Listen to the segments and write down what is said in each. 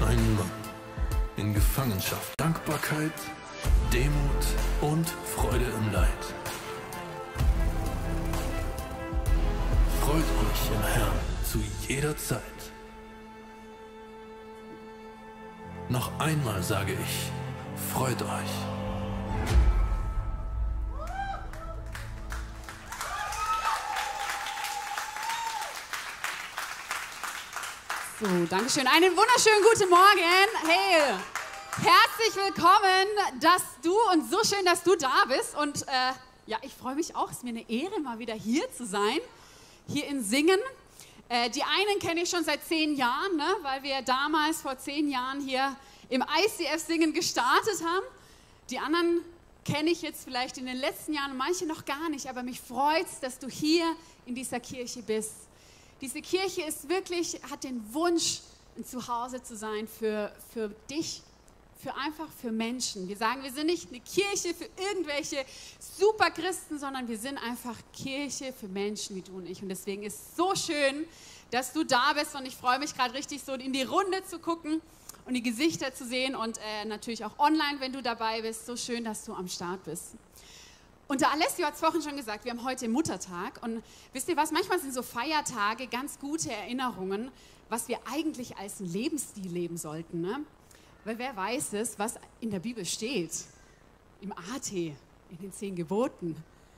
einen Mann in Gefangenschaft, Dankbarkeit, Demut und Freude im Leid. Freut euch im Herrn zu jeder Zeit. Noch einmal sage ich, freut euch. So, Dankeschön. Einen wunderschönen guten Morgen. Hey, herzlich willkommen, dass du und so schön, dass du da bist. Und ja, ich freue mich auch. Es ist mir eine Ehre, mal wieder hier zu sein, hier in Singen. Die einen kenne ich schon seit 10 Jahren, ne, weil wir damals vor 10 Jahren hier im ICF Singen gestartet haben. Die anderen kenne ich jetzt vielleicht in den letzten Jahren, manche noch gar nicht, aber mich freut es, dass du hier in dieser Kirche bist. Diese Kirche ist wirklich, hat den Wunsch, ein Zuhause zu sein für dich, für Menschen. Wir sagen, wir sind nicht eine Kirche für irgendwelche Superchristen, sondern wir sind einfach Kirche für Menschen wie du und ich. Und deswegen ist es so schön, dass du da bist und ich freue mich gerade richtig so in die Runde zu gucken und die Gesichter zu sehen und natürlich auch online, wenn du dabei bist. So schön, dass du am Start bist. Und der Alessio hat es vorhin schon gesagt, wir haben heute Muttertag und wisst ihr was, manchmal sind so Feiertage ganz gute Erinnerungen, was wir eigentlich als einen Lebensstil leben sollten, ne? Weil wer weiß es, was in der Bibel steht, im AT, in den 10 Geboten.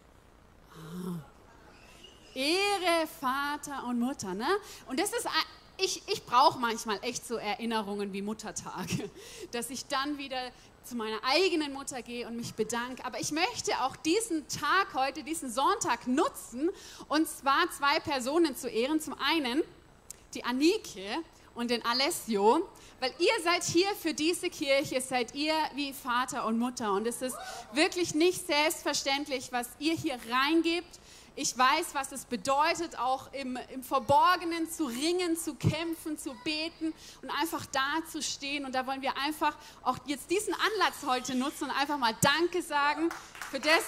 Ehre Vater und Mutter, ne? Und das ist, ich brauche manchmal echt so Erinnerungen wie Muttertage, dass ich dann wieder zu meiner eigenen Mutter gehe und mich bedanke. Aber ich möchte auch diesen Tag heute, diesen Sonntag nutzen, und zwar 2 Personen zu ehren. Zum einen die Anike und den Alessio, weil ihr seid hier für diese Kirche, seid ihr wie Vater und Mutter. Und es ist wirklich nicht selbstverständlich, was ihr hier reingebt. Ich weiß, was es bedeutet, auch im Verborgenen zu ringen, zu kämpfen, zu beten und einfach da zu stehen. Und da wollen wir einfach auch jetzt diesen Anlass heute nutzen und einfach mal Danke sagen für das,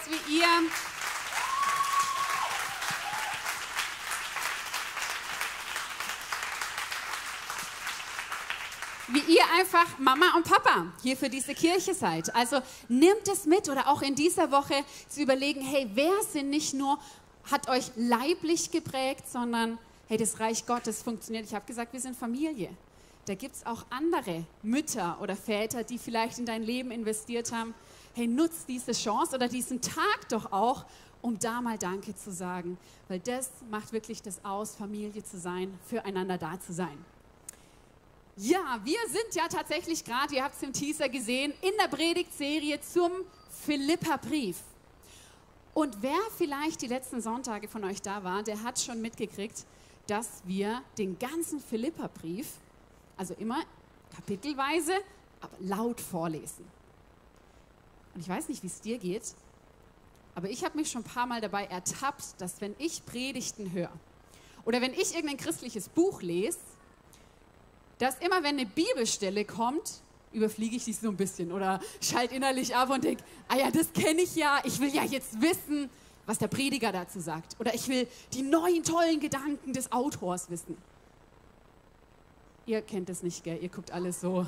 wie ihr einfach Mama und Papa hier für diese Kirche seid. Also nehmt es mit oder auch in dieser Woche zu überlegen, hey, wer sind nicht nur hat euch leiblich geprägt, sondern hey, das Reich Gottes funktioniert. Ich habe gesagt, wir sind Familie. Da gibt es auch andere Mütter oder Väter, die vielleicht in dein Leben investiert haben. Hey, nutz diese Chance oder diesen Tag doch auch, um da mal Danke zu sagen. Weil das macht wirklich das aus, Familie zu sein, füreinander da zu sein. Ja, wir sind ja tatsächlich gerade, ihr habt es im Teaser gesehen, in der Predigtserie zum Philipperbrief. Und wer vielleicht die letzten Sonntage von euch da war, der hat schon mitgekriegt, dass wir den ganzen Philipperbrief, also immer kapitelweise, aber laut vorlesen. Und ich weiß nicht, wie es dir geht, aber ich habe mich schon ein paar Mal dabei ertappt, dass wenn ich Predigten höre oder wenn ich irgendein christliches Buch lese, dass immer, wenn eine Bibelstelle kommt, überfliege ich die so ein bisschen oder schalte innerlich ab und denke, ah ja, das kenne ich ja, ich will ja jetzt wissen, was der Prediger dazu sagt. Oder ich will die neuen tollen Gedanken des Autors wissen. Ihr kennt es nicht, gell? Ihr guckt alles so,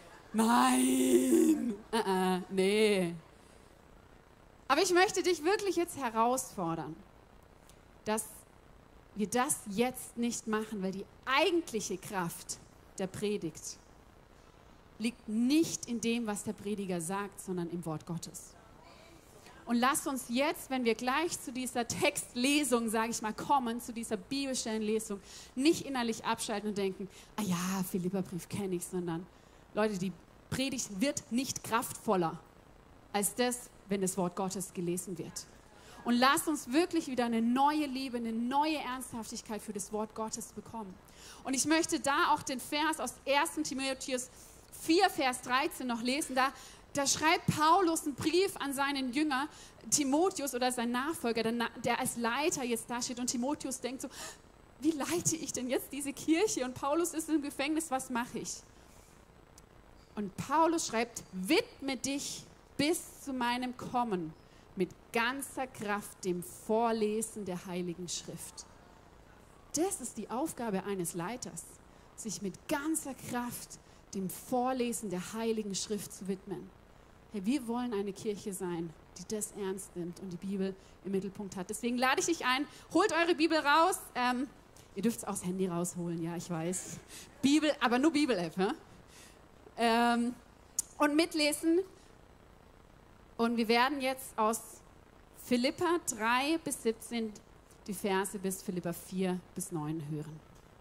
nein, nee. Aber ich möchte dich wirklich jetzt herausfordern, dass wir das jetzt nicht machen, weil die eigentliche Kraft der Predigt liegt nicht in dem, was der Prediger sagt, sondern im Wort Gottes. Und lasst uns jetzt, wenn wir gleich zu dieser Textlesung, sage ich mal, kommen, zu dieser Bibelstellenlesung, nicht innerlich abschalten und denken, ah ja, Philipperbrief kenne ich, sondern Leute, die Predigt wird nicht kraftvoller als das, wenn das Wort Gottes gelesen wird. Und lasst uns wirklich wieder eine neue Liebe, eine neue Ernsthaftigkeit für das Wort Gottes bekommen. Und ich möchte da auch den Vers aus 1. Timotheus 4, Vers 13 noch lesen. Da schreibt Paulus einen Brief an seinen Jünger Timotheus oder seinen Nachfolger, der als Leiter jetzt da steht. Und Timotheus denkt so, wie leite ich denn jetzt diese Kirche? Und Paulus ist im Gefängnis, was mache ich? Und Paulus schreibt, widme dich bis zu meinem Kommen mit ganzer Kraft dem Vorlesen der Heiligen Schrift. Das ist die Aufgabe eines Leiters, sich mit ganzer Kraft dem Vorlesen der Heiligen Schrift zu widmen. Hey, wir wollen eine Kirche sein, die das ernst nimmt und die Bibel im Mittelpunkt hat. Deswegen lade ich dich ein, holt eure Bibel raus. Ihr dürft es auch das Handy rausholen, ja, ich weiß. Bibel, aber nur Bibel-App, ja? Und mitlesen. Und wir werden jetzt aus Philipper 3 bis 17 die Verse bis Philipper 4 bis 9 hören.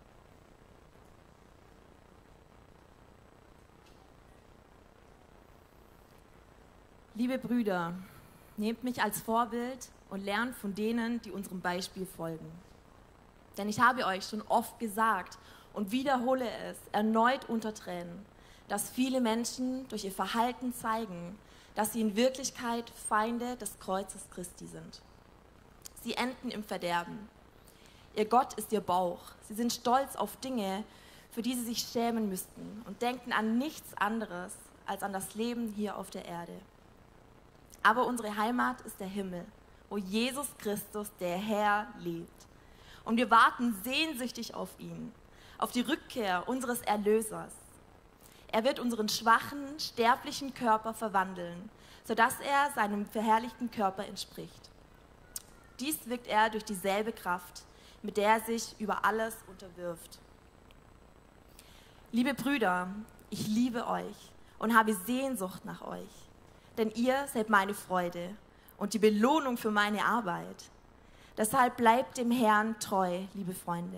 Liebe Brüder, nehmt mich als Vorbild und lernt von denen, die unserem Beispiel folgen. Denn ich habe euch schon oft gesagt und wiederhole es erneut unter Tränen, dass viele Menschen durch ihr Verhalten zeigen, dass sie in Wirklichkeit Feinde des Kreuzes Christi sind. Sie enden im Verderben. Ihr Gott ist ihr Bauch. Sie sind stolz auf Dinge, für die sie sich schämen müssten und denken an nichts anderes als an das Leben hier auf der Erde. Aber unsere Heimat ist der Himmel, wo Jesus Christus, der Herr, lebt. Und wir warten sehnsüchtig auf ihn, auf die Rückkehr unseres Erlösers. Er wird unseren schwachen, sterblichen Körper verwandeln, sodass er seinem verherrlichten Körper entspricht. Dies wirkt er durch dieselbe Kraft, mit der er sich über alles unterwirft. Liebe Brüder, ich liebe euch und habe Sehnsucht nach euch, denn ihr seid meine Freude und die Belohnung für meine Arbeit. Deshalb bleibt dem Herrn treu, liebe Freunde.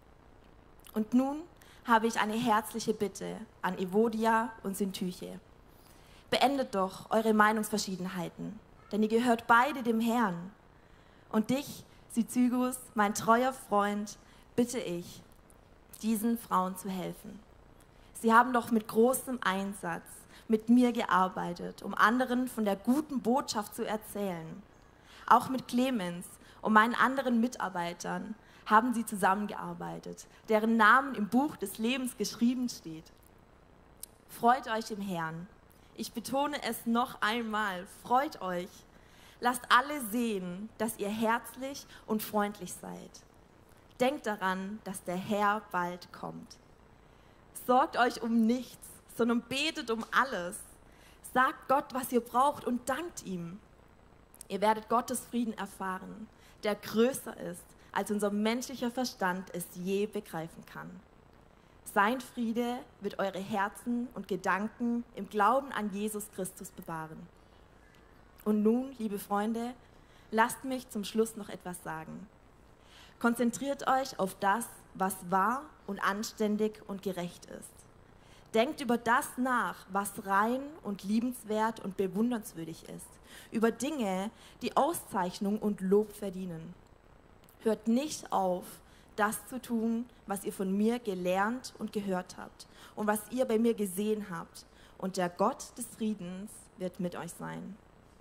Und nun habe ich eine herzliche Bitte an Evodia und Syntyche. Beendet doch eure Meinungsverschiedenheiten, denn ihr gehört beide dem Herrn. Und dich, Syzygus, mein treuer Freund, bitte ich, diesen Frauen zu helfen. Sie haben doch mit großem Einsatz mit mir gearbeitet, um anderen von der guten Botschaft zu erzählen. Auch mit Clemens und meinen anderen Mitarbeitern haben sie zusammengearbeitet, deren Namen im Buch des Lebens geschrieben steht. Freut euch im Herrn. Ich betone es noch einmal, freut euch. Lasst alle sehen, dass ihr herzlich und freundlich seid. Denkt daran, dass der Herr bald kommt. Sorgt euch um nichts, sondern betet um alles. Sagt Gott, was ihr braucht und dankt ihm. Ihr werdet Gottes Frieden erfahren, der größer ist, als unser menschlicher Verstand es je begreifen kann. Sein Friede wird eure Herzen und Gedanken im Glauben an Jesus Christus bewahren. Und nun, liebe Freunde, lasst mich zum Schluss noch etwas sagen. Konzentriert euch auf das, was wahr und anständig und gerecht ist. Denkt über das nach, was rein und liebenswert und bewundernswürdig ist. Über Dinge, die Auszeichnung und Lob verdienen. Hört nicht auf, das zu tun, was ihr von mir gelernt und gehört habt und was ihr bei mir gesehen habt. Und der Gott des Friedens wird mit euch sein.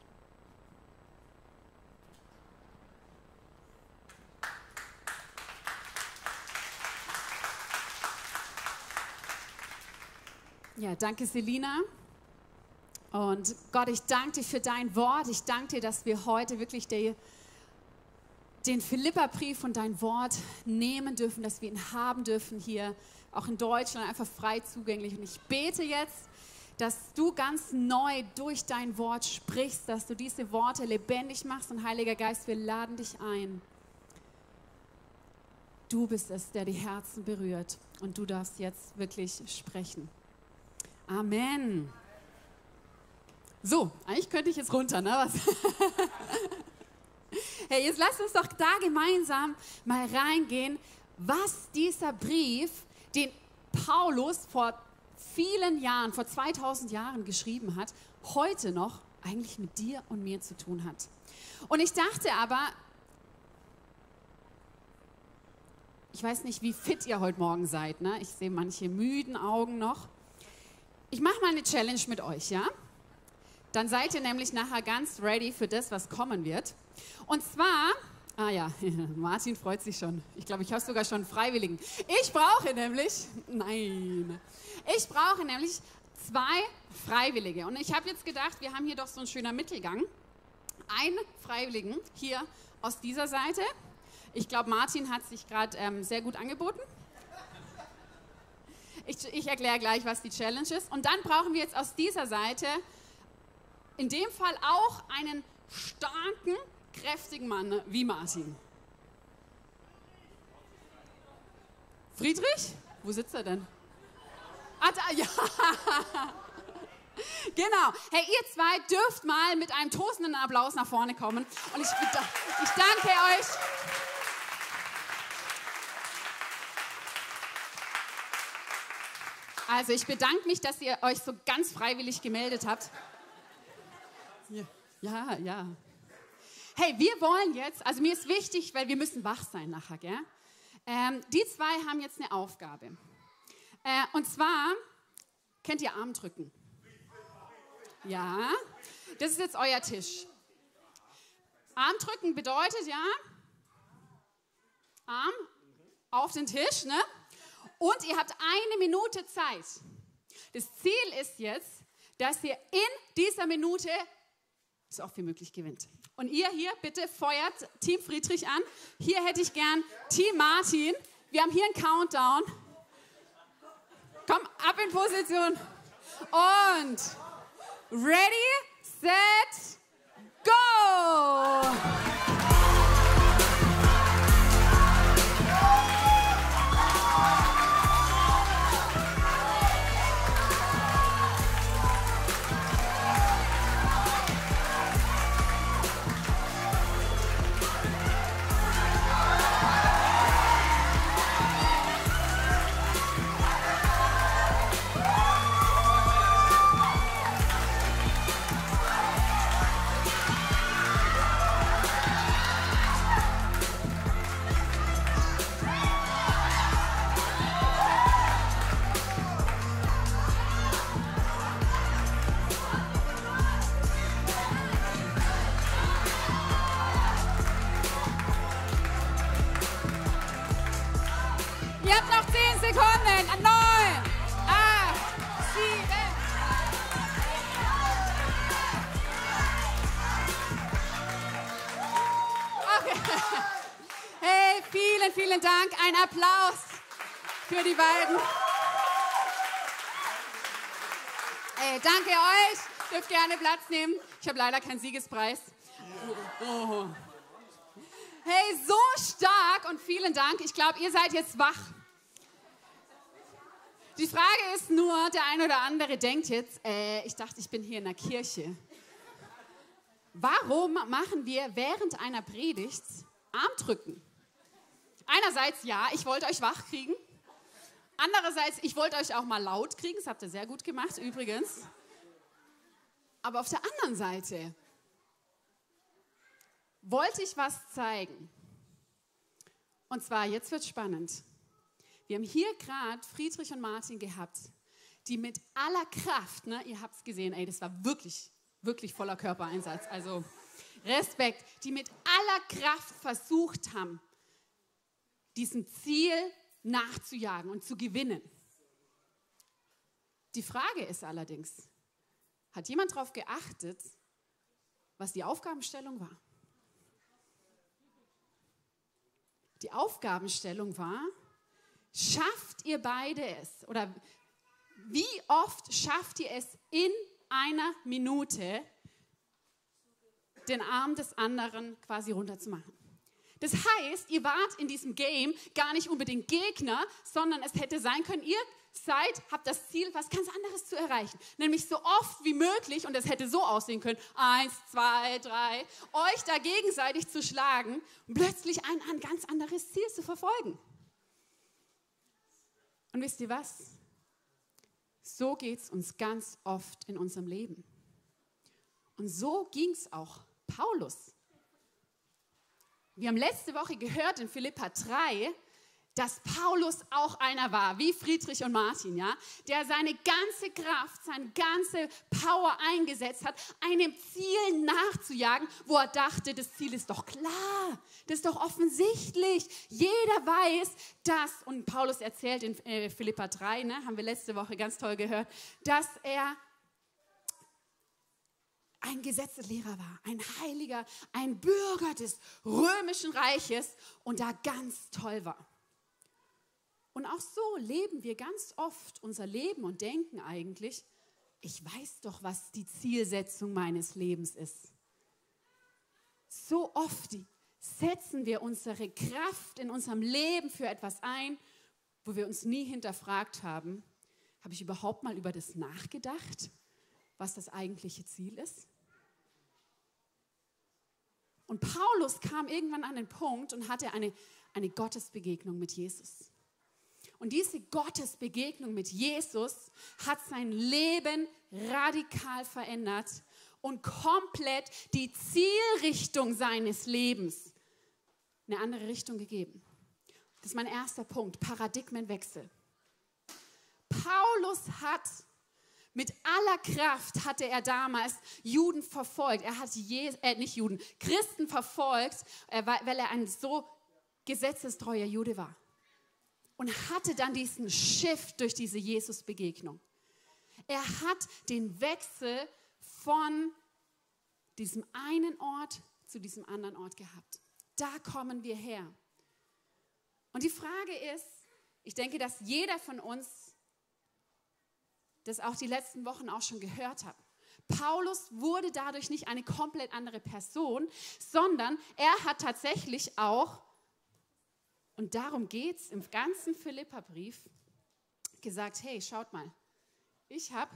Ja, danke Selina. Und Gott, ich danke dir für dein Wort. Ich danke dir, dass wir heute wirklich den Philipperbrief und dein Wort nehmen dürfen, dass wir ihn haben dürfen hier, auch in Deutschland, einfach frei zugänglich. Und ich bete jetzt, dass du ganz neu durch dein Wort sprichst, dass du diese Worte lebendig machst. Und Heiliger Geist, wir laden dich ein. Du bist es, der die Herzen berührt. Und du darfst jetzt wirklich sprechen. Amen. So, eigentlich könnte ich jetzt runter, ne? Was? Hey, jetzt lasst uns doch da gemeinsam mal reingehen, was dieser Brief, den Paulus vor vielen Jahren, vor 2000 Jahren geschrieben hat, heute noch eigentlich mit dir und mir zu tun hat. Und ich dachte aber, ich weiß nicht, wie fit ihr heute Morgen seid, ne? Ich sehe manche müden Augen noch. Ich mache mal eine Challenge mit euch, ja? Dann seid ihr nämlich nachher ganz ready für das, was kommen wird. Und zwar, Martin freut sich schon. Ich glaube, ich habe sogar schon einen Freiwilligen. Ich brauche nämlich 2 Freiwillige. Und ich habe jetzt gedacht, wir haben hier doch so einen schönen Mittelgang. Einen Freiwilligen hier aus dieser Seite. Ich glaube, Martin hat sich gerade sehr gut angeboten. Ich erkläre gleich, was die Challenge ist. Und dann brauchen wir jetzt aus dieser Seite in dem Fall auch einen starken, kräftigen Mann wie Martin. Friedrich? Wo sitzt er denn? Ah, da, ja. Genau. Hey, ihr zwei dürft mal mit einem tosenden Applaus nach vorne kommen. Und ich danke euch. Also ich bedanke mich, dass ihr euch so ganz freiwillig gemeldet habt. Ja, ja. Hey, wir wollen jetzt, also mir ist wichtig, weil wir müssen wach sein nachher, gell? Die zwei haben jetzt eine Aufgabe. Und zwar, kennt ihr Armdrücken? Ja, das ist jetzt euer Tisch. Armdrücken bedeutet ja, Arm auf den Tisch, ne? Und ihr habt 1 Minute Zeit. Das Ziel ist jetzt, dass ihr in dieser Minute so oft wie möglich gewinnt. Und ihr hier, bitte feuert Team Friedrich an. Hier hätte ich gern Team Martin. Wir haben hier einen Countdown. Komm, ab in Position. Und ready, set, go! Ihr habt noch 10 Sekunden. 9, 8, 7. Okay. Hey, vielen, vielen Dank. Ein Applaus für die beiden. Hey, danke euch. Dürft gerne Platz nehmen. Ich habe leider keinen Siegespreis. Oh. Hey, so stark und vielen Dank. Ich glaube, ihr seid jetzt wach. Die Frage ist nur, der ein oder andere denkt jetzt, ich dachte, ich bin hier in der Kirche. Warum machen wir während einer Predigt Armdrücken? Einerseits, ja, ich wollte euch wach kriegen. Andererseits, ich wollte euch auch mal laut kriegen. Das habt ihr sehr gut gemacht, übrigens. Aber auf der anderen Seite wollte ich was zeigen. Und zwar, jetzt wird spannend. Wir haben hier gerade Friedrich und Martin gehabt, die mit aller Kraft, ne, ihr habt es gesehen, ey, das war wirklich, wirklich voller Körpereinsatz, also Respekt, die mit aller Kraft versucht haben, diesem Ziel nachzujagen und zu gewinnen. Die Frage ist allerdings, hat jemand darauf geachtet, was die Aufgabenstellung war? Die Aufgabenstellung war, schafft ihr beide es? Oder wie oft schafft ihr es in einer Minute, den Arm des anderen quasi runterzumachen? Das heißt, ihr wart in diesem Game gar nicht unbedingt Gegner, sondern es hätte sein können, ihr habt das Ziel, was ganz anderes zu erreichen. Nämlich so oft wie möglich, und es hätte so aussehen können, 1, 2, 3, euch da gegenseitig zu schlagen und plötzlich ein ganz anderes Ziel zu verfolgen. Und wisst ihr was? So geht es uns ganz oft in unserem Leben. Und so ging es auch Paulus. Wir haben letzte Woche gehört in Philipper 3, dass Paulus auch einer war, wie Friedrich und Martin, ja, der seine ganze Kraft, seine ganze Power eingesetzt hat, einem Ziel nachzujagen, wo er dachte, das Ziel ist doch klar, das ist doch offensichtlich. Jeder weiß, dass, und Paulus erzählt in Philipper 3, ne, haben wir letzte Woche ganz toll gehört, dass er ein Gesetzeslehrer war, ein Heiliger, ein Bürger des römischen Reiches und da ganz toll war. Und auch so leben wir ganz oft unser Leben und denken eigentlich, ich weiß doch, was die Zielsetzung meines Lebens ist. So oft setzen wir unsere Kraft in unserem Leben für etwas ein, wo wir uns nie hinterfragt haben, habe ich überhaupt mal über das nachgedacht, was das eigentliche Ziel ist? Und Paulus kam irgendwann an den Punkt und hatte eine Gottesbegegnung mit Jesus. Und diese Gottesbegegnung mit Jesus hat sein Leben radikal verändert und komplett die Zielrichtung seines Lebens eine andere Richtung gegeben. Das ist mein erster Punkt, Paradigmenwechsel. Paulus hat mit aller Kraft hatte er damals Juden verfolgt. Er hat Christen verfolgt, weil er ein so gesetzestreuer Jude war. Und hatte dann diesen Shift durch diese Jesus-Begegnung. Er hat den Wechsel von diesem einen Ort zu diesem anderen Ort gehabt. Da kommen wir her. Und die Frage ist, ich denke, dass jeder von uns das auch die letzten Wochen auch schon gehört hat. Paulus wurde dadurch nicht eine komplett andere Person, sondern er hat tatsächlich auch, und darum geht es im ganzen Philipperbrief, gesagt, hey, schaut mal, ich habe,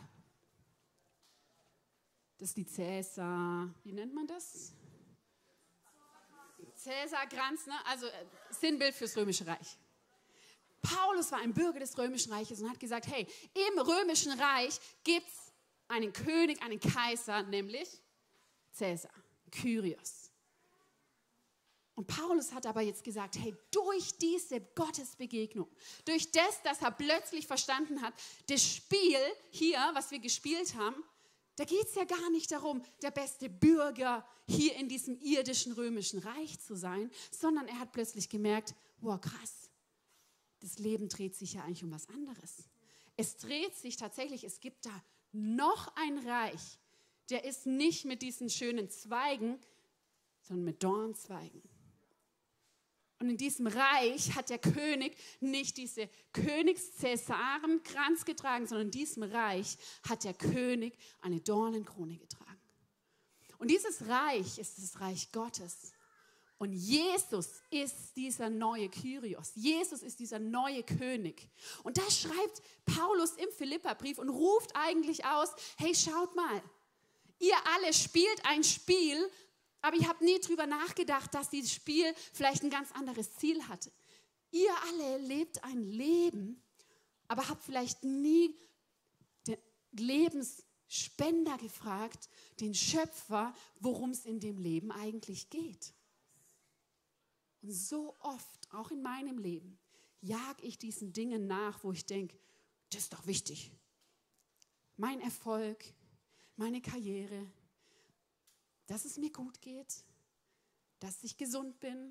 das ist die Cäsar, wie nennt man das? Cäsarkranz, ne? Also Sinnbild fürs Römische Reich. Paulus war ein Bürger des Römischen Reiches und hat gesagt, hey, im Römischen Reich gibt es einen König, einen Kaiser, nämlich Cäsar, Kyrios. Und Paulus hat aber jetzt gesagt, hey, durch diese Gottesbegegnung, durch das, dass er plötzlich verstanden hat, das Spiel hier, was wir gespielt haben, da geht es ja gar nicht darum, der beste Bürger hier in diesem irdischen Römischen Reich zu sein, sondern er hat plötzlich gemerkt, wow, krass, das Leben dreht sich ja eigentlich um was anderes. Es dreht sich tatsächlich, es gibt da noch ein Reich, der ist nicht mit diesen schönen Zweigen, sondern mit Dornzweigen. Und in diesem Reich hat der König nicht diese Königs-Cäsarenkranz getragen, sondern in diesem Reich hat der König eine Dornenkrone getragen. Und dieses Reich ist das Reich Gottes. Und Jesus ist dieser neue Kyrios. Jesus ist dieser neue König. Und da schreibt Paulus im Philipperbrief und ruft eigentlich aus, hey, schaut mal, ihr alle spielt ein Spiel, aber ich habe nie drüber nachgedacht, dass dieses Spiel vielleicht ein ganz anderes Ziel hatte. Ihr alle lebt ein Leben, aber habt vielleicht nie den Lebensspender gefragt, den Schöpfer, worum es in dem Leben eigentlich geht. Und so oft, auch in meinem Leben, jage ich diesen Dingen nach, wo ich denke, das ist doch wichtig. Mein Erfolg, meine Karriere, dass es mir gut geht, dass ich gesund bin.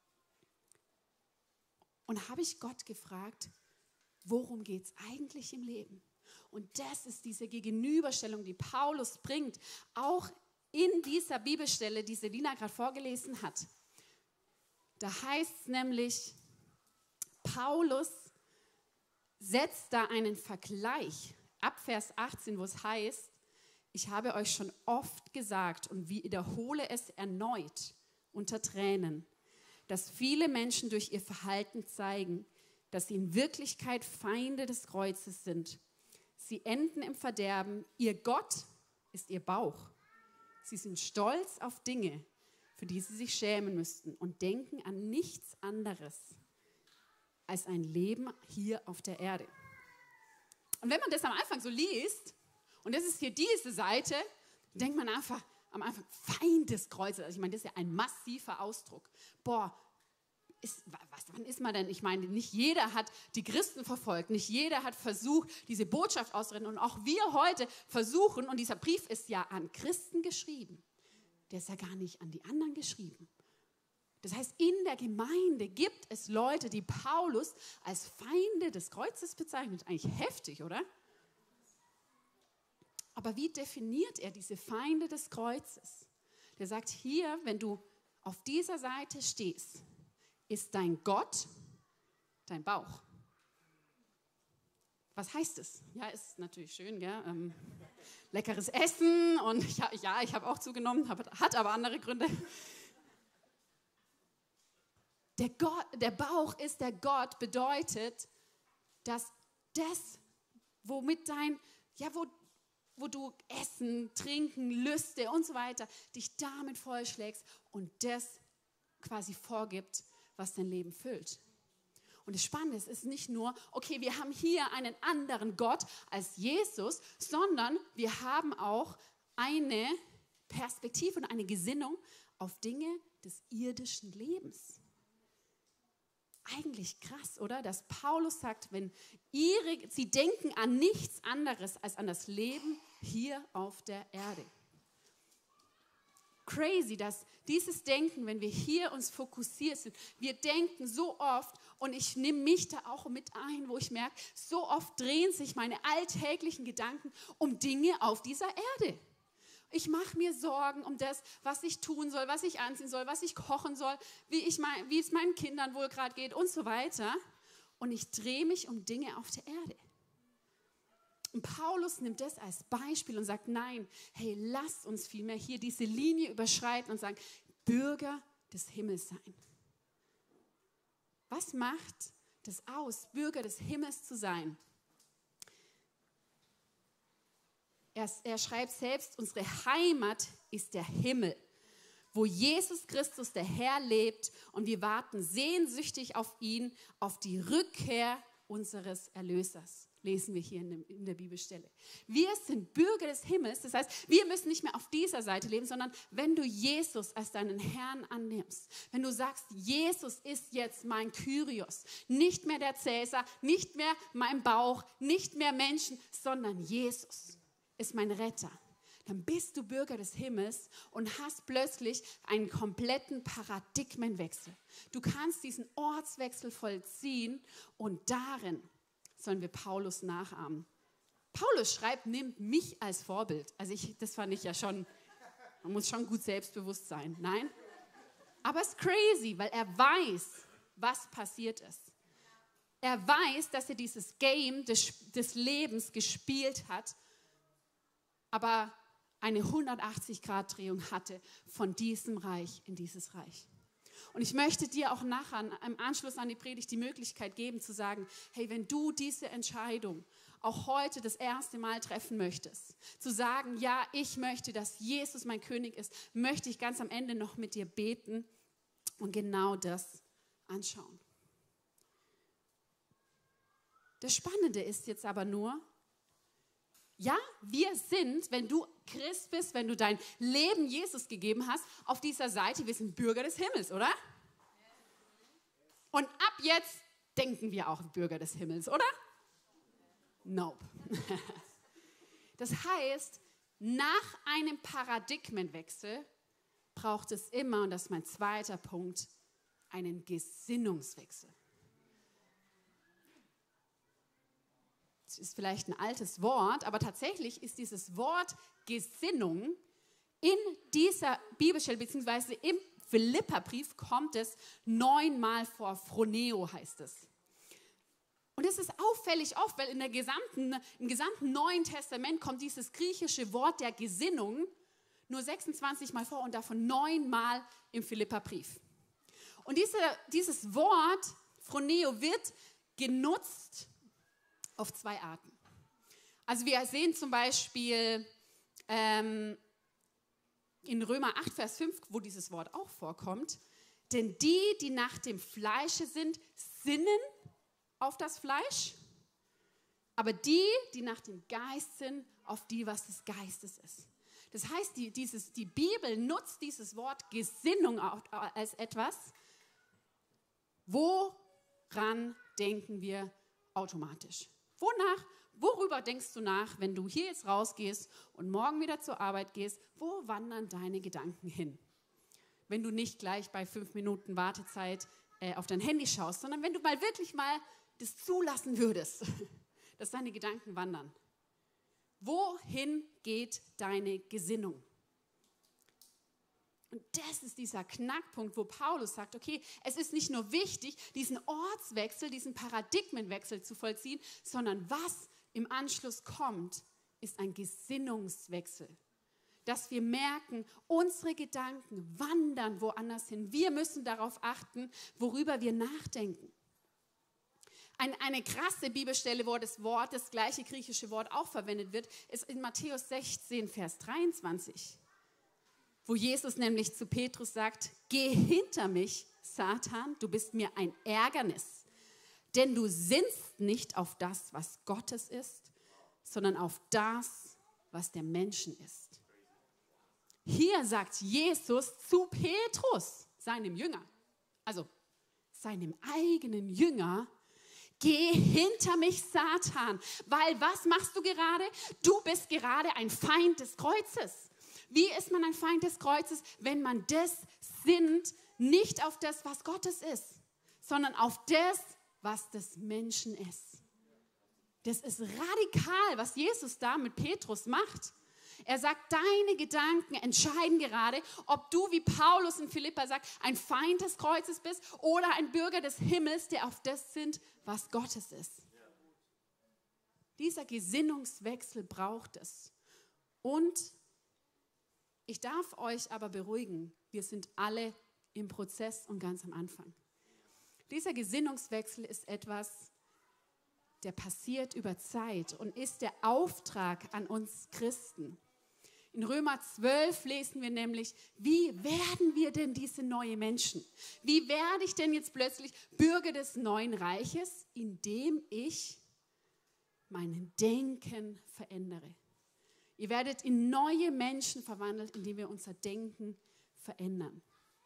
Und habe ich Gott gefragt, worum geht es eigentlich im Leben? Und das ist diese Gegenüberstellung, die Paulus bringt, auch in dieser Bibelstelle, die Selina gerade vorgelesen hat. Da heißt es nämlich, Paulus setzt da einen Vergleich ab Vers 18, wo es heißt, ich habe euch schon oft gesagt und wiederhole es erneut unter Tränen, dass viele Menschen durch ihr Verhalten zeigen, dass sie in Wirklichkeit Feinde des Kreuzes sind. Sie enden im Verderben. Ihr Gott ist ihr Bauch. Sie sind stolz auf Dinge, für die sie sich schämen müssten und denken an nichts anderes als ein Leben hier auf der Erde. Und wenn man das am Anfang so liest, und das ist hier diese Seite, denkt man einfach am Anfang, Feind des Kreuzes. Also ich meine, das ist ja ein massiver Ausdruck. Boah, wann ist man denn? Ich meine, nicht jeder hat die Christen verfolgt, nicht jeder hat versucht, diese Botschaft auszuretten. Und auch wir heute versuchen, und dieser Brief ist ja an Christen geschrieben, der ist ja gar nicht an die anderen geschrieben. Das heißt, in der Gemeinde gibt es Leute, die Paulus als Feinde des Kreuzes bezeichnet. Eigentlich heftig, oder? Aber wie definiert er diese Feinde des Kreuzes? Der sagt hier, wenn du auf dieser Seite stehst, ist dein Gott dein Bauch. was heißt es? Ja, ist natürlich schön, gell? Leckeres Essen und ich habe auch zugenommen, hat aber andere Gründe. Der Bauch ist der Gott, bedeutet, dass das, womit wo du Essen, Trinken, Lüste und so weiter, dich damit vollschlägst und das quasi vorgibt, was dein Leben füllt. Und das Spannende ist, es ist nicht nur, okay, wir haben hier einen anderen Gott als Jesus, sondern wir haben auch eine Perspektive und eine Gesinnung auf Dinge des irdischen Lebens. Eigentlich krass, oder? Dass Paulus sagt, sie denken an nichts anderes als an das Leben hier auf der Erde. Crazy, dass dieses Denken, wenn wir hier uns fokussiert sind, wir denken so oft, und ich nehme mich da auch mit ein, wo ich merke, so oft drehen sich meine alltäglichen Gedanken um Dinge auf dieser Erde. Ich mache mir Sorgen um das, was ich tun soll, was ich anziehen soll, was ich kochen soll, wie es meinen Kindern wohl gerade geht und so weiter. Und ich drehe mich um Dinge auf der Erde. Und Paulus nimmt das als Beispiel und sagt, nein, hey, lasst uns vielmehr hier diese Linie überschreiten und sagen, Bürger des Himmels sein. Was macht das aus, Bürger des Himmels zu sein? Er schreibt selbst, unsere Heimat ist der Himmel, wo Jesus Christus, der Herr, lebt und wir warten sehnsüchtig auf ihn, auf die Rückkehr unseres Erlösers. Lesen wir hier in der Bibelstelle. Wir sind Bürger des Himmels, das heißt, wir müssen nicht mehr auf dieser Seite leben, sondern wenn du Jesus als deinen Herrn annimmst, wenn du sagst, Jesus ist jetzt mein Kyrios, nicht mehr der Cäsar, nicht mehr mein Bauch, nicht mehr Menschen, sondern Jesus ist mein Retter, dann bist du Bürger des Himmels und hast plötzlich einen kompletten Paradigmenwechsel. Du kannst diesen Ortswechsel vollziehen und darin sollen wir Paulus nachahmen. Paulus schreibt, nimmt mich als Vorbild. Also das fand ich ja schon, man muss schon gut selbstbewusst sein. Nein? Aber es ist crazy, weil er weiß, was passiert ist. Er weiß, dass er dieses Game des Lebens gespielt hat, aber eine 180-Grad-Drehung hatte von diesem Reich in dieses Reich. Und ich möchte dir auch nachher im Anschluss an die Predigt die Möglichkeit geben zu sagen, hey, wenn du diese Entscheidung auch heute das erste Mal treffen möchtest, zu sagen, ja, ich möchte, dass Jesus mein König ist, möchte ich ganz am Ende noch mit dir beten und genau das anschauen. Das Spannende ist jetzt aber nur, ja, wir sind, wenn du Christ bist, wenn du dein Leben Jesus gegeben hast, auf dieser Seite, wir sind Bürger des Himmels, oder? Und ab jetzt denken wir auch Bürger des Himmels, oder? Nope. Das heißt, nach einem Paradigmenwechsel braucht es immer, und das ist mein zweiter Punkt, einen Gesinnungswechsel. Das ist vielleicht ein altes Wort, aber tatsächlich ist dieses Wort Gesinnung in dieser Bibelstelle, beziehungsweise im Philipperbrief kommt es 9-mal vor. Phroneo heißt es. Und es ist auffällig oft, weil im gesamten Neuen Testament kommt dieses griechische Wort der Gesinnung nur 26 Mal vor und davon 9-mal im Philipperbrief. Und dieses Wort Phroneo wird genutzt auf 2 Arten. Also wir sehen zum Beispiel in Römer 8, Vers 5, wo dieses Wort auch vorkommt, denn die nach dem Fleische sind, sinnen auf das Fleisch, aber die nach dem Geist sind, auf die, was des Geistes ist. Das heißt, die Bibel nutzt dieses Wort Gesinnung als etwas, woran denken wir automatisch? Worüber denkst du nach, wenn du hier jetzt rausgehst und morgen wieder zur Arbeit gehst? Wo wandern deine Gedanken hin? Wenn du nicht gleich bei 5 Minuten Wartezeit auf dein Handy schaust, sondern wenn du mal wirklich mal das zulassen würdest, dass deine Gedanken wandern. Wohin geht deine Gesinnung? Und das ist dieser Knackpunkt, wo Paulus sagt, okay, es ist nicht nur wichtig, diesen Ortswechsel, diesen Paradigmenwechsel zu vollziehen, sondern was im Anschluss kommt, ist ein Gesinnungswechsel. Dass wir merken, unsere Gedanken wandern woanders hin. Wir müssen darauf achten, worüber wir nachdenken. Eine krasse Bibelstelle, wo das gleiche griechische Wort auch verwendet wird, ist in Matthäus 16, Vers 23, wo Jesus nämlich zu Petrus sagt, geh hinter mich, Satan, du bist mir ein Ärgernis, denn du sinnst nicht auf das, was Gottes ist, sondern auf das, was der Menschen ist. Hier sagt Jesus zu Petrus, seinem Jünger, also seinem eigenen Jünger, geh hinter mich, Satan, weil was machst du gerade? Du bist gerade ein Feind des Kreuzes. Wie ist man ein Feind des Kreuzes, wenn man das sinnt, nicht auf das, was Gottes ist, sondern auf das, was des Menschen ist. Das ist radikal, was Jesus da mit Petrus macht. Er sagt, deine Gedanken entscheiden gerade, ob du, wie Paulus in Philippa sagt, ein Feind des Kreuzes bist oder ein Bürger des Himmels, der auf das sinnt, was Gottes ist. Dieser Gesinnungswechsel braucht es. Und ich darf euch aber beruhigen, wir sind alle im Prozess und ganz am Anfang. Dieser Gesinnungswechsel ist etwas, der passiert über Zeit und ist der Auftrag an uns Christen. In Römer 12 lesen wir nämlich, wie werden wir denn diese neuen Menschen? Wie werde ich denn jetzt plötzlich Bürger des neuen Reiches, indem ich mein Denken verändere? Ihr werdet in neue Menschen verwandelt, indem wir unser Denken verändern.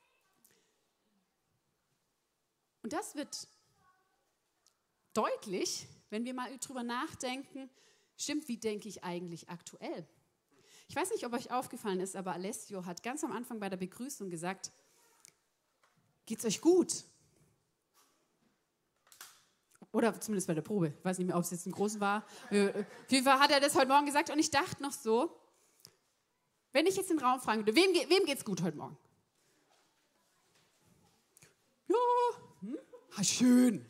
Und das wird deutlich, wenn wir mal drüber nachdenken, stimmt, wie denke ich eigentlich aktuell? Ich weiß nicht, ob euch aufgefallen ist, aber Alessio hat ganz am Anfang bei der Begrüßung gesagt, geht's euch gut? Oder zumindest bei der Probe. Ich weiß nicht mehr, ob es jetzt im Großen war. Auf jeden Fall hat er das heute Morgen gesagt und ich dachte noch so, wenn ich jetzt den Raum fragen würde, wem geht's gut heute Morgen? Ja, schön.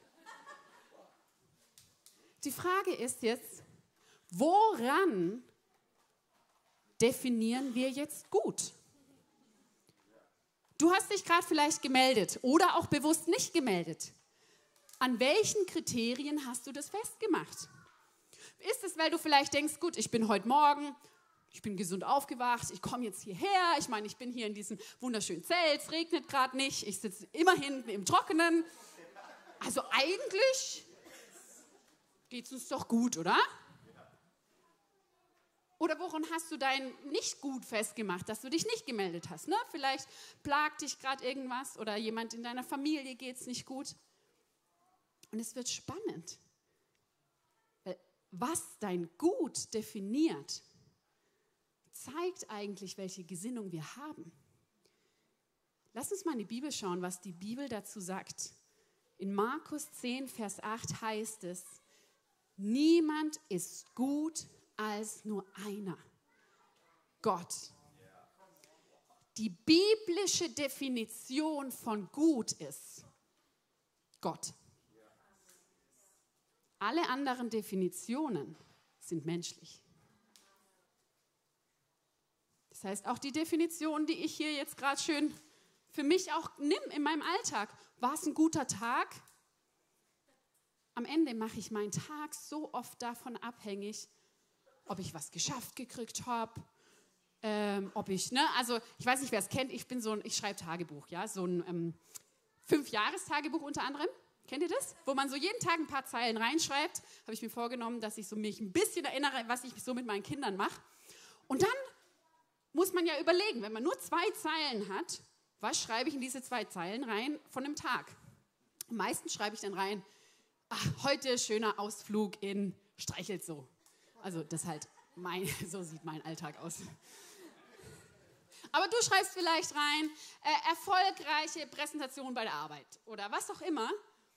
Die Frage ist jetzt, woran definieren wir jetzt gut? Du hast dich gerade vielleicht gemeldet oder auch bewusst nicht gemeldet. An welchen Kriterien hast du das festgemacht? Ist es, weil du vielleicht denkst, gut, ich bin heute Morgen, ich bin gesund aufgewacht, ich komme jetzt hierher, ich meine, ich bin hier in diesem wunderschönen Zelt, es regnet gerade nicht, ich sitze immerhin im Trockenen. Also eigentlich geht es uns doch gut, oder? Oder woran hast du dein Nicht-Gut festgemacht, dass du dich nicht gemeldet hast? Ne? Vielleicht plagt dich gerade irgendwas oder jemand in deiner Familie geht es nicht gut. Und es wird spannend, weil was dein Gut definiert, zeigt eigentlich, welche Gesinnung wir haben. Lass uns mal in die Bibel schauen, was die Bibel dazu sagt. In Markus 10, Vers 8 heißt es, niemand ist gut als nur einer, Gott. Die biblische Definition von gut ist Gott. Alle anderen Definitionen sind menschlich. Das heißt, auch die Definition, die ich hier jetzt gerade schön für mich auch nimm in meinem Alltag, war es ein guter Tag? Am Ende mache ich meinen Tag so oft davon abhängig, ob ich was geschafft gekriegt habe, ob ich, also ich weiß nicht, wer es kennt, ich schreibe Tagebuch, ja, so ein 5-Jahres-Tagebuch unter anderem. Kennt ihr das? Wo man so jeden Tag ein paar Zeilen reinschreibt, habe ich mir vorgenommen, dass ich so mich ein bisschen erinnere, was ich so mit meinen Kindern mache. Und dann muss man ja überlegen, wenn man nur 2 Zeilen hat, was schreibe ich in diese 2 Zeilen rein von einem Tag? Am meisten schreibe ich dann rein, heute schöner Ausflug in Streichelzoo. Also das halt, so sieht mein Alltag aus. Aber du schreibst vielleicht rein, erfolgreiche Präsentation bei der Arbeit oder was auch immer.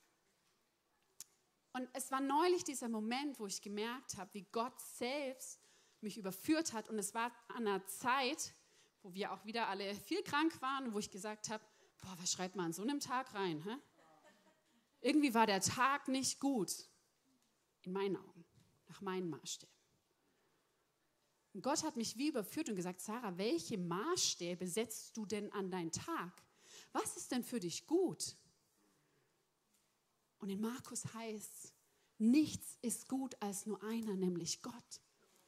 Und es war neulich dieser Moment, wo ich gemerkt habe, wie Gott selbst mich überführt hat. Und es war an einer Zeit, wo wir auch wieder alle viel krank waren, wo ich gesagt habe, boah, was schreibt man an so einem Tag rein? Hä? Irgendwie war der Tag nicht gut, in meinen Augen, nach meinen Maßstäben. Und Gott hat mich wie überführt und gesagt, Sarah, welche Maßstäbe setzt du denn an deinen Tag? Was ist denn für dich gut? Und in Markus heißt es, nichts ist gut als nur einer, nämlich Gott.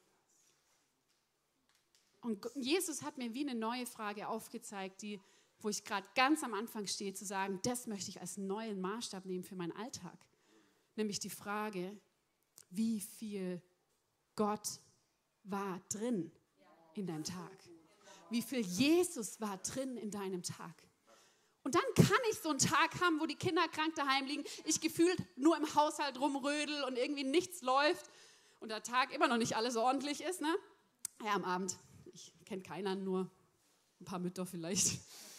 Und Jesus hat mir wie eine neue Frage aufgezeigt, wo ich gerade ganz am Anfang stehe, zu sagen, das möchte ich als neuen Maßstab nehmen für meinen Alltag. Nämlich die Frage, wie viel Gott war drin in deinem Tag? Wie viel Jesus war drin in deinem Tag? Und dann kann ich so einen Tag haben, wo die Kinder krank daheim liegen, ich gefühlt nur im Haushalt rumrödel und irgendwie nichts läuft und der Tag immer noch nicht alles ordentlich ist. Ne? Ja, am Abend, ich kenne keinen, nur ein paar Mütter vielleicht.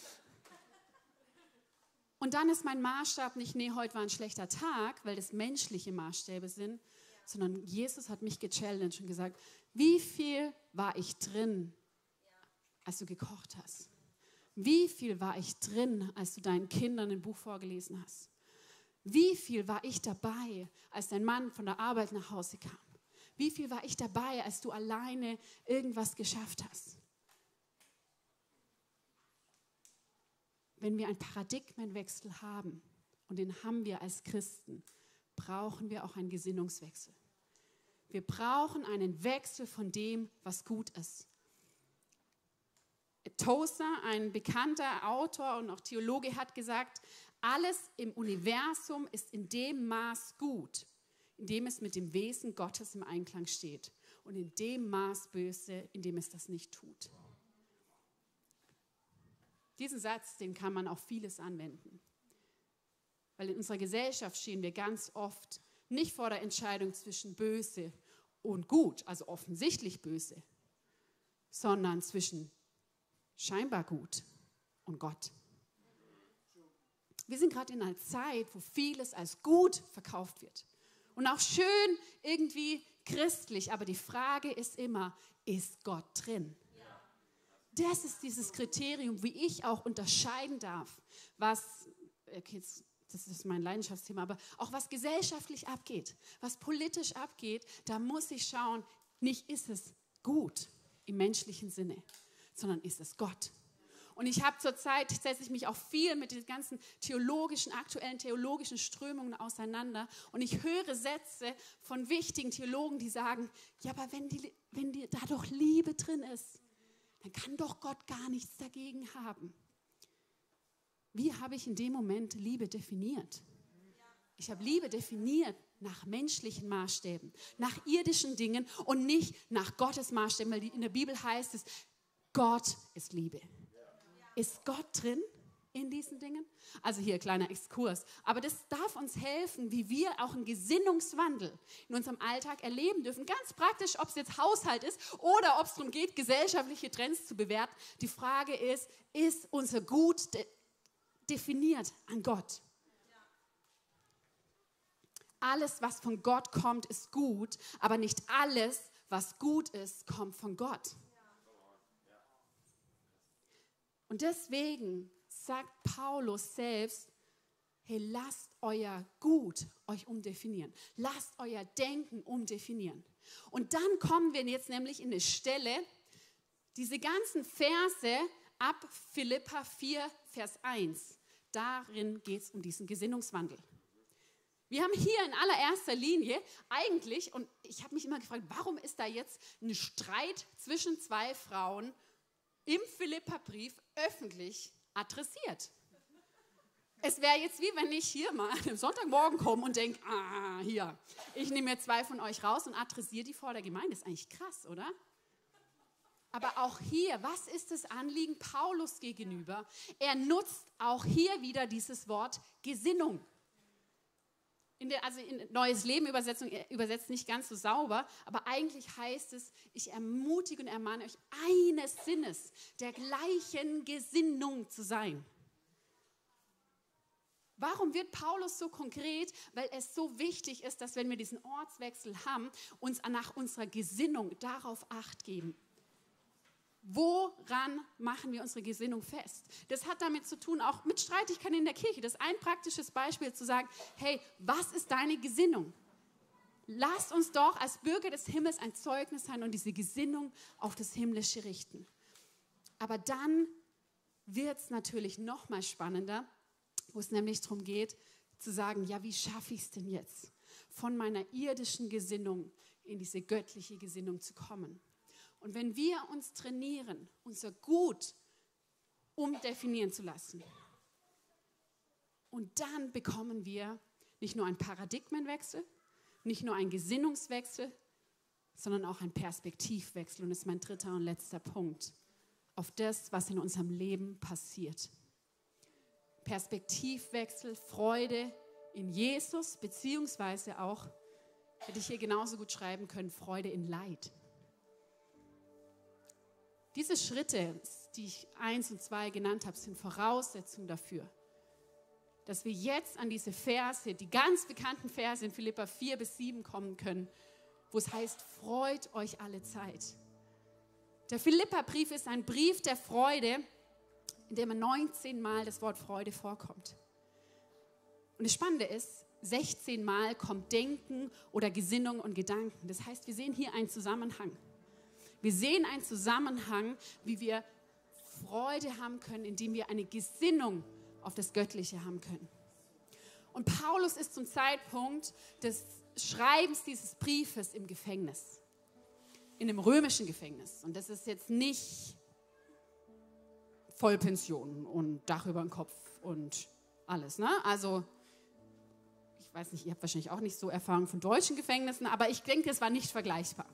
Und dann ist mein Maßstab nicht, nee, heute war ein schlechter Tag, weil das menschliche Maßstäbe sind, sondern Jesus hat mich gechallenged und gesagt, wie viel war ich drin, als du gekocht hast? Wie viel war ich drin, als du deinen Kindern ein Buch vorgelesen hast? Wie viel war ich dabei, als dein Mann von der Arbeit nach Hause kam? Wie viel war ich dabei, als du alleine irgendwas geschafft hast? Wenn wir einen Paradigmenwechsel haben, und den haben wir als Christen, brauchen wir auch einen Gesinnungswechsel. Wir brauchen einen Wechsel von dem, was gut ist. Tozer, ein bekannter Autor und auch Theologe, hat gesagt, alles im Universum ist in dem Maß gut, in dem es mit dem Wesen Gottes im Einklang steht und in dem Maß böse, in dem es das nicht tut. Diesen Satz, den kann man auf vieles anwenden. Weil in unserer Gesellschaft stehen wir ganz oft nicht vor der Entscheidung zwischen böse und gut, also offensichtlich böse, sondern zwischen scheinbar gut und Gott. Wir sind gerade in einer Zeit, wo vieles als gut verkauft wird. Und auch schön irgendwie christlich, aber die Frage ist immer, ist Gott drin? Das ist dieses Kriterium, wie ich auch unterscheiden darf, was, okay, das ist mein Leidenschaftsthema, aber auch was gesellschaftlich abgeht, was politisch abgeht, da muss ich schauen, nicht ist es gut im menschlichen Sinne, sondern ist es Gott. Und ich habe zurzeit, setze ich mich auch viel mit den ganzen aktuellen theologischen Strömungen auseinander und ich höre Sätze von wichtigen Theologen, die sagen, ja, aber wenn da doch Liebe drin ist, dann kann doch Gott gar nichts dagegen haben. Wie habe ich in dem Moment Liebe definiert? Ich habe Liebe definiert nach menschlichen Maßstäben, nach irdischen Dingen und nicht nach Gottes Maßstäben, weil in der Bibel heißt es, Gott ist Liebe. Ist Gott drin in diesen Dingen? Also hier, kleiner Exkurs. Aber das darf uns helfen, wie wir auch einen Gesinnungswandel in unserem Alltag erleben dürfen. Ganz praktisch, ob es jetzt Haushalt ist oder ob es darum geht, gesellschaftliche Trends zu bewerten. Die Frage ist unser Gut definiert an Gott? Alles, was von Gott kommt, ist gut, aber nicht alles, was gut ist, kommt von Gott. Und deswegen sagt Paulus selbst, hey, lasst euer Gut euch umdefinieren. Lasst euer Denken umdefinieren. Und dann kommen wir jetzt nämlich in eine Stelle, diese ganzen Verse ab Philipper 4, Vers 1. Darin geht es um diesen Gesinnungswandel. Wir haben hier in allererster Linie eigentlich, und ich habe mich immer gefragt, warum ist da jetzt ein Streit zwischen zwei Frauen im Philipperbrief öffentlich adressiert? Es wäre jetzt wie wenn ich hier mal an einem Sonntagmorgen komme und denke, hier, ich nehme mir zwei von euch raus und adressiere die vor der Gemeinde. Das ist eigentlich krass, oder? Aber auch hier, was ist das Anliegen Paulus gegenüber? Er nutzt auch hier wieder dieses Wort Gesinnung. In Neues Leben Übersetzung übersetzt nicht ganz so sauber, aber eigentlich heißt es, ich ermutige und ermahne euch, eines Sinnes, der gleichen Gesinnung zu sein. Warum wird Paulus so konkret? Weil es so wichtig ist, dass wenn wir diesen Ortswechsel haben, uns nach unserer Gesinnung darauf Acht geben. Woran machen wir unsere Gesinnung fest? Das hat damit zu tun, auch mit Streitigkeiten in der Kirche. Das ist ein praktisches Beispiel zu sagen, hey, was ist deine Gesinnung? Lasst uns doch als Bürger des Himmels ein Zeugnis sein und diese Gesinnung auf das Himmlische richten. Aber dann wird es natürlich noch mal spannender, wo es nämlich darum geht, zu sagen, ja, wie schaffe ich es denn jetzt, von meiner irdischen Gesinnung in diese göttliche Gesinnung zu kommen? Und wenn wir uns trainieren, unser Gut umdefinieren zu lassen, und dann bekommen wir nicht nur einen Paradigmenwechsel, nicht nur einen Gesinnungswechsel, sondern auch einen Perspektivwechsel. Und das ist mein dritter und letzter Punkt auf das, was in unserem Leben passiert. Perspektivwechsel, Freude in Jesus, beziehungsweise auch, hätte ich hier genauso gut schreiben können, Freude in Leid. Diese Schritte, die ich 1 und 2 genannt habe, sind Voraussetzungen dafür, dass wir jetzt an diese Verse, die ganz bekannten Verse in Philipper 4-7 kommen können, wo es heißt, freut euch alle Zeit. Der Philipperbrief ist ein Brief der Freude, in dem 19 Mal das Wort Freude vorkommt. Und das Spannende ist, 16 Mal kommt Denken oder Gesinnung und Gedanken. Das heißt, wir sehen hier einen Zusammenhang. Wir sehen einen Zusammenhang, wie wir Freude haben können, indem wir eine Gesinnung auf das Göttliche haben können. Und Paulus ist zum Zeitpunkt des Schreibens dieses Briefes im Gefängnis, in einem römischen Gefängnis. Und das ist jetzt nicht Vollpension und Dach über den Kopf und alles, ne? Also, ich weiß nicht, ihr habt wahrscheinlich auch nicht so Erfahrung von deutschen Gefängnissen, aber ich denke, es war nicht vergleichbar.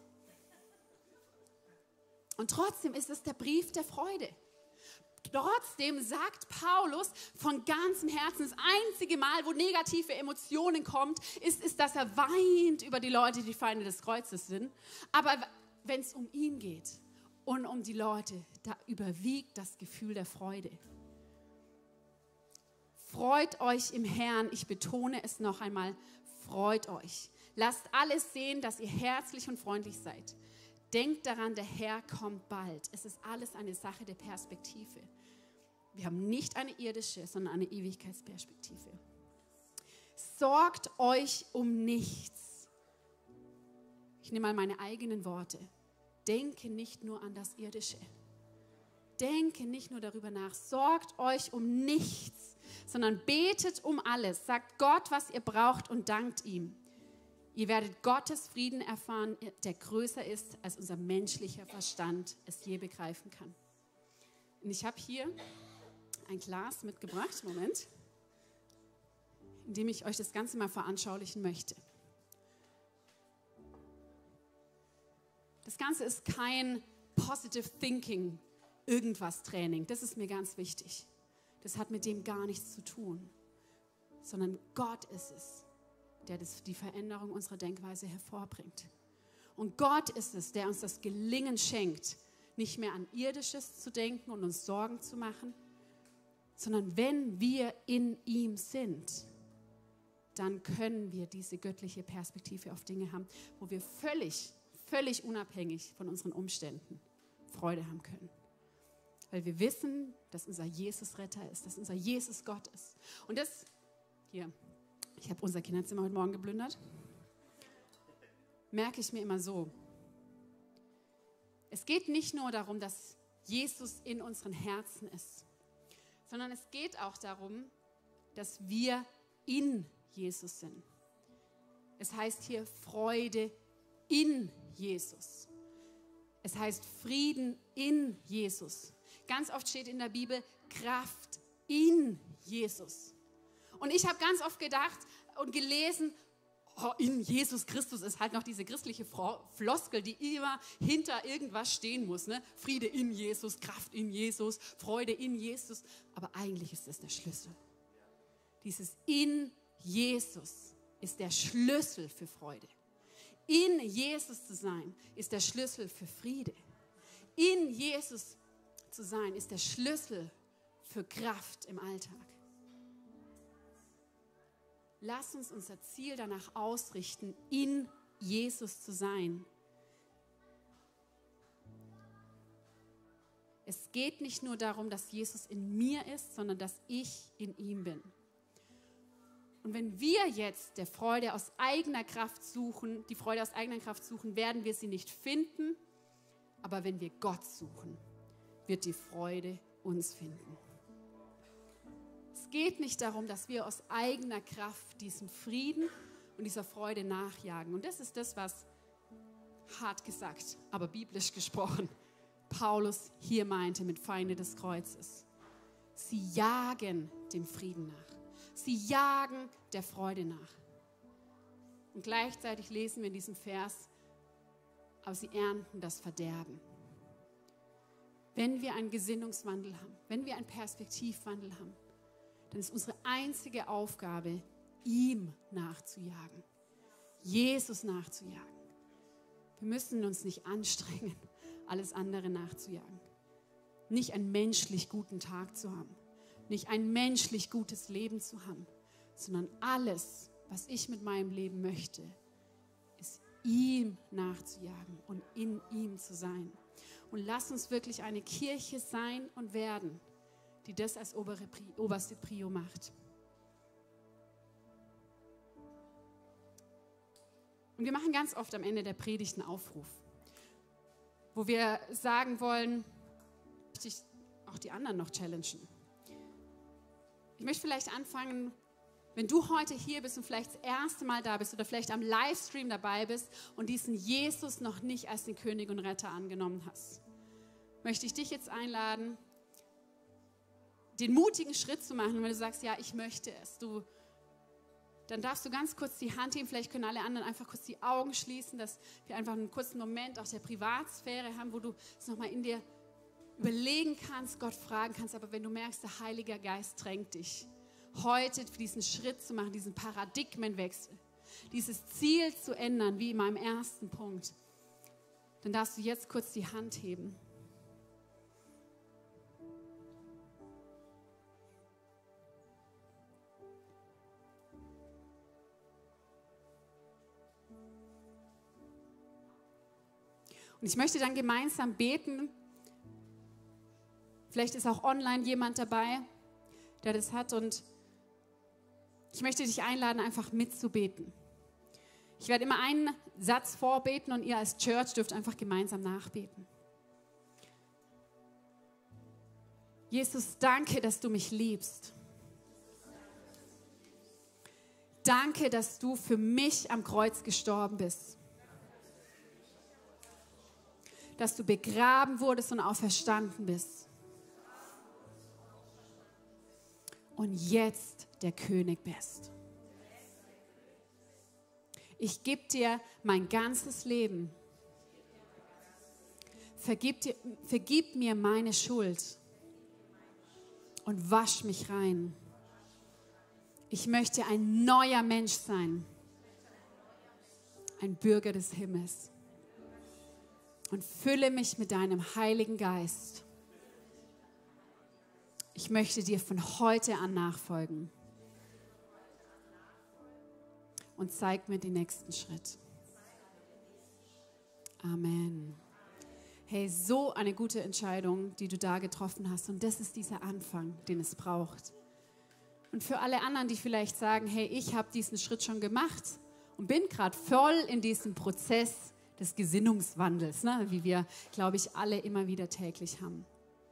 Und trotzdem ist es der Brief der Freude. Trotzdem sagt Paulus von ganzem Herzen, das einzige Mal, wo negative Emotionen kommt, ist, dass er weint über die Leute, die Feinde des Kreuzes sind. Aber wenn es um ihn geht und um die Leute, da überwiegt das Gefühl der Freude. Freut euch im Herrn, ich betone es noch einmal, freut euch. Lasst alles sehen, dass ihr herzlich und freundlich seid. Denkt daran, der Herr kommt bald. Es ist alles eine Sache der Perspektive. Wir haben nicht eine irdische, sondern eine Ewigkeitsperspektive. Sorgt euch um nichts. Ich nehme mal meine eigenen Worte. Denke nicht nur an das Irdische. Denke nicht nur darüber nach. Sorgt euch um nichts, sondern betet um alles. Sagt Gott, was ihr braucht und dankt ihm. Ihr werdet Gottes Frieden erfahren, der größer ist, als unser menschlicher Verstand es je begreifen kann. Und ich habe hier ein Glas mitgebracht, Moment, in dem ich euch das Ganze mal veranschaulichen möchte. Das Ganze ist kein Positive Thinking, irgendwas Training. Das ist mir ganz wichtig. Das hat mit dem gar nichts zu tun, sondern Gott ist es, der die Veränderung unserer Denkweise hervorbringt. Und Gott ist es, der uns das Gelingen schenkt, nicht mehr an Irdisches zu denken und uns Sorgen zu machen, sondern wenn wir in ihm sind, dann können wir diese göttliche Perspektive auf Dinge haben, wo wir völlig unabhängig von unseren Umständen Freude haben können. Weil wir wissen, dass unser Jesus Retter ist, dass unser Jesus Gott ist. Und das hier, ich habe unser Kinderzimmer heute Morgen geplündert, merke ich mir immer so. Es geht nicht nur darum, dass Jesus in unseren Herzen ist, sondern es geht auch darum, dass wir in Jesus sind. Es heißt hier Freude in Jesus. Es heißt Frieden in Jesus. Ganz oft steht in der Bibel Kraft in Jesus. Und ich habe ganz oft gedacht und gelesen, oh, in Jesus Christus ist halt noch diese christliche Floskel, die immer hinter irgendwas stehen muss. Ne? Friede in Jesus, Kraft in Jesus, Freude in Jesus. Aber eigentlich ist das der Schlüssel. Dieses in Jesus ist der Schlüssel für Freude. In Jesus zu sein, ist der Schlüssel für Friede. In Jesus zu sein, ist der Schlüssel für Kraft im Alltag. Lass uns unser Ziel danach ausrichten, in Jesus zu sein. Es geht nicht nur darum, dass Jesus in mir ist, sondern dass ich in ihm bin. Und wenn wir jetzt die Freude aus eigener Kraft suchen, werden wir sie nicht finden. Aber wenn wir Gott suchen, wird die Freude uns finden. Es geht nicht darum, dass wir aus eigener Kraft diesem Frieden und dieser Freude nachjagen. Und das ist das, was hart gesagt, aber biblisch gesprochen, Paulus hier meinte mit Feinde des Kreuzes. Sie jagen dem Frieden nach. Sie jagen der Freude nach. Und gleichzeitig lesen wir in diesem Vers, aber sie ernten das Verderben. Wenn wir einen Gesinnungswandel haben, wenn wir einen Perspektivwandel haben, dann ist unsere einzige Aufgabe, ihm nachzujagen, Jesus nachzujagen. Wir müssen uns nicht anstrengen, alles andere nachzujagen. Nicht einen menschlich guten Tag zu haben, nicht ein menschlich gutes Leben zu haben, sondern alles, was ich mit meinem Leben möchte, ist ihm nachzujagen und in ihm zu sein. Und lass uns wirklich eine Kirche sein und werden, die das als oberste Prio macht. Und wir machen ganz oft am Ende der Predigt einen Aufruf, wo wir sagen wollen, möchte ich auch die anderen noch challengen. Ich möchte vielleicht anfangen, wenn du heute hier bist und vielleicht das erste Mal da bist oder vielleicht am Livestream dabei bist und diesen Jesus noch nicht als den König und Retter angenommen hast, möchte ich dich jetzt einladen, den mutigen Schritt zu machen. Und wenn du sagst, ja, ich möchte es, dann darfst du ganz kurz die Hand heben. Vielleicht können alle anderen einfach kurz die Augen schließen, dass wir einfach einen kurzen Moment auch der Privatsphäre haben, wo du es nochmal in dir überlegen kannst, Gott fragen kannst. Aber wenn du merkst, der Heilige Geist drängt dich, heute für diesen Schritt zu machen, diesen Paradigmenwechsel, dieses Ziel zu ändern, wie in meinem ersten Punkt, dann darfst du jetzt kurz die Hand heben. Und ich möchte dann gemeinsam beten. Vielleicht ist auch online jemand dabei, der das hat. Und ich möchte dich einladen, einfach mitzubeten. Ich werde immer einen Satz vorbeten und ihr als Church dürft einfach gemeinsam nachbeten. Jesus, danke, dass du mich liebst. Danke, dass du für mich am Kreuz gestorben bist. Dass du begraben wurdest und auferstanden bist. Und jetzt der König bist. Ich gebe dir mein ganzes Leben. Vergib mir meine Schuld und wasch mich rein. Ich möchte ein neuer Mensch sein, ein Bürger des Himmels. Und fülle mich mit deinem Heiligen Geist. Ich möchte dir von heute an nachfolgen. Und zeig mir den nächsten Schritt. Amen. Hey, so eine gute Entscheidung, die du da getroffen hast. Und das ist dieser Anfang, den es braucht. Und für alle anderen, die vielleicht sagen, hey, ich habe diesen Schritt schon gemacht und bin gerade voll in diesem Prozess des Gesinnungswandels, ne, wie wir, glaube ich, alle immer wieder täglich haben.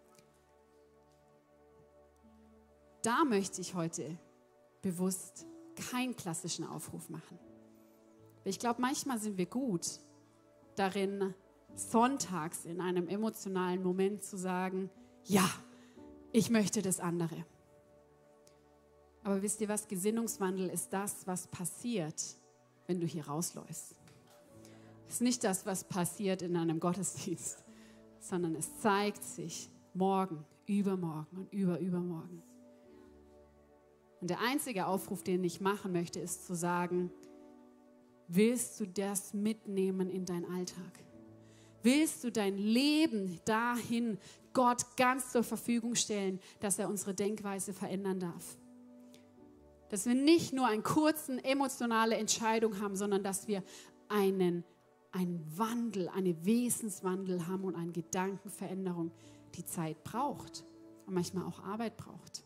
Da möchte ich heute bewusst keinen klassischen Aufruf machen. Ich glaube, manchmal sind wir gut darin, sonntags in einem emotionalen Moment zu sagen, ja, ich möchte das andere. Aber wisst ihr was, Gesinnungswandel ist das, was passiert, wenn du hier rausläufst. Es ist nicht das, was passiert in einem Gottesdienst, sondern es zeigt sich morgen, übermorgen und übermorgen. Und der einzige Aufruf, den ich machen möchte, ist zu sagen, willst du das mitnehmen in deinen Alltag? Willst du dein Leben dahin Gott ganz zur Verfügung stellen, dass er unsere Denkweise verändern darf? Dass wir nicht nur eine kurze emotionale Entscheidung haben, sondern dass wir einen Wandel, einen Wesenswandel haben und eine Gedankenveränderung, die Zeit braucht und manchmal auch Arbeit braucht.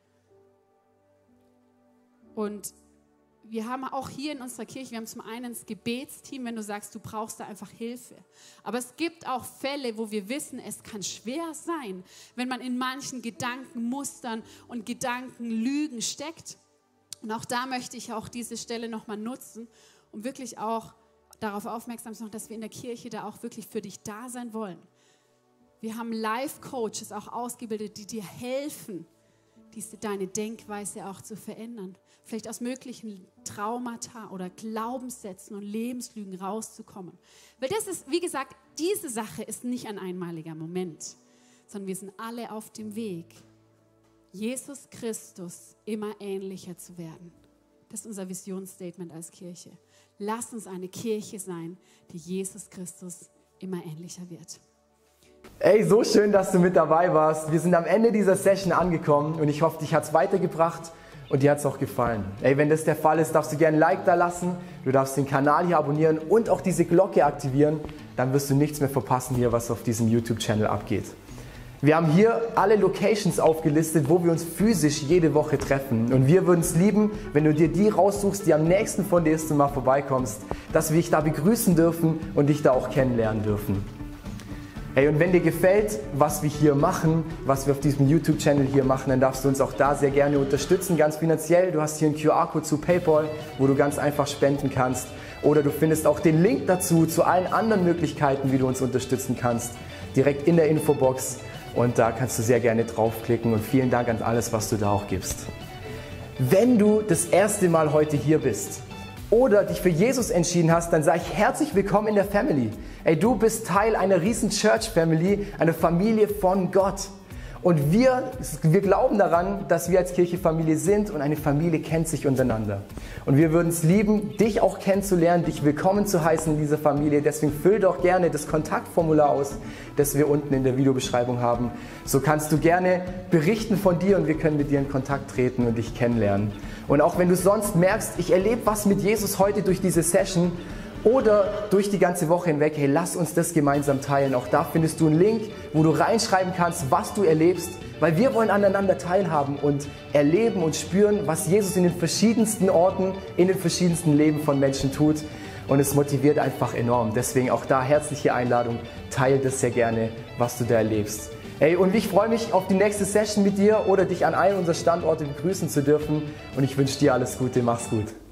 Und wir haben auch hier in unserer Kirche, wir haben zum einen das Gebetsteam, wenn du sagst, du brauchst da einfach Hilfe. Aber es gibt auch Fälle, wo wir wissen, es kann schwer sein, wenn man in manchen Gedankenmustern und Gedankenlügen steckt. Und auch da möchte ich auch diese Stelle nochmal nutzen, um wirklich auch darauf aufmerksam zu machen, dass wir in der Kirche da auch wirklich für dich da sein wollen. Wir haben Life-Coaches auch ausgebildet, die dir helfen, deine Denkweise auch zu verändern. Vielleicht aus möglichen Traumata oder Glaubenssätzen und Lebenslügen rauszukommen. Weil das ist, wie gesagt, diese Sache ist nicht ein einmaliger Moment, sondern wir sind alle auf dem Weg, Jesus Christus immer ähnlicher zu werden. Das ist unser Visionsstatement als Kirche. Lass uns eine Kirche sein, die Jesus Christus immer ähnlicher wird. Ey, so schön, dass du mit dabei warst. Wir sind am Ende dieser Session angekommen und ich hoffe, dich hat es weitergebracht und dir hat es auch gefallen. Ey, wenn das der Fall ist, darfst du gerne ein Like da lassen, du darfst den Kanal hier abonnieren und auch diese Glocke aktivieren. Dann wirst du nichts mehr verpassen hier, was auf diesem YouTube-Channel abgeht. Wir haben hier alle Locations aufgelistet, wo wir uns physisch jede Woche treffen. Und wir würden es lieben, wenn du dir die raussuchst, die am nächsten von dir ist und mal vorbeikommst, dass wir dich da begrüßen dürfen und dich da auch kennenlernen dürfen. Hey, und wenn dir gefällt, was wir hier machen, was wir auf diesem YouTube-Channel hier machen, dann darfst du uns auch da sehr gerne unterstützen, ganz finanziell. Du hast hier einen QR-Code zu PayPal, wo du ganz einfach spenden kannst. Oder du findest auch den Link dazu, zu allen anderen Möglichkeiten, wie du uns unterstützen kannst, direkt in der Infobox. Und da kannst du sehr gerne draufklicken und vielen Dank an alles, was du da auch gibst. Wenn du das erste Mal heute hier bist oder dich für Jesus entschieden hast, dann sage ich herzlich willkommen in der Family. Ey, du bist Teil einer riesen Church Family, einer Familie von Gott. Und wir glauben daran, dass wir als Kirche Familie sind und eine Familie kennt sich untereinander. Und wir würden es lieben, dich auch kennenzulernen, dich willkommen zu heißen in dieser Familie. Deswegen füll doch gerne das Kontaktformular aus, das wir unten in der Videobeschreibung haben. So kannst du gerne berichten von dir und wir können mit dir in Kontakt treten und dich kennenlernen. Und auch wenn du sonst merkst, ich erlebe was mit Jesus heute durch diese Session oder durch die ganze Woche hinweg, hey, lass uns das gemeinsam teilen. Auch da findest du einen Link, wo du reinschreiben kannst, was du erlebst, weil wir wollen aneinander teilhaben und erleben und spüren, was Jesus in den verschiedensten Orten, in den verschiedensten Leben von Menschen tut. Und es motiviert einfach enorm. Deswegen auch da herzliche Einladung, teile das sehr gerne, was du da erlebst. Hey, und ich freue mich auf die nächste Session mit dir oder dich an einem unserer Standorte begrüßen zu dürfen. Und ich wünsche dir alles Gute, mach's gut.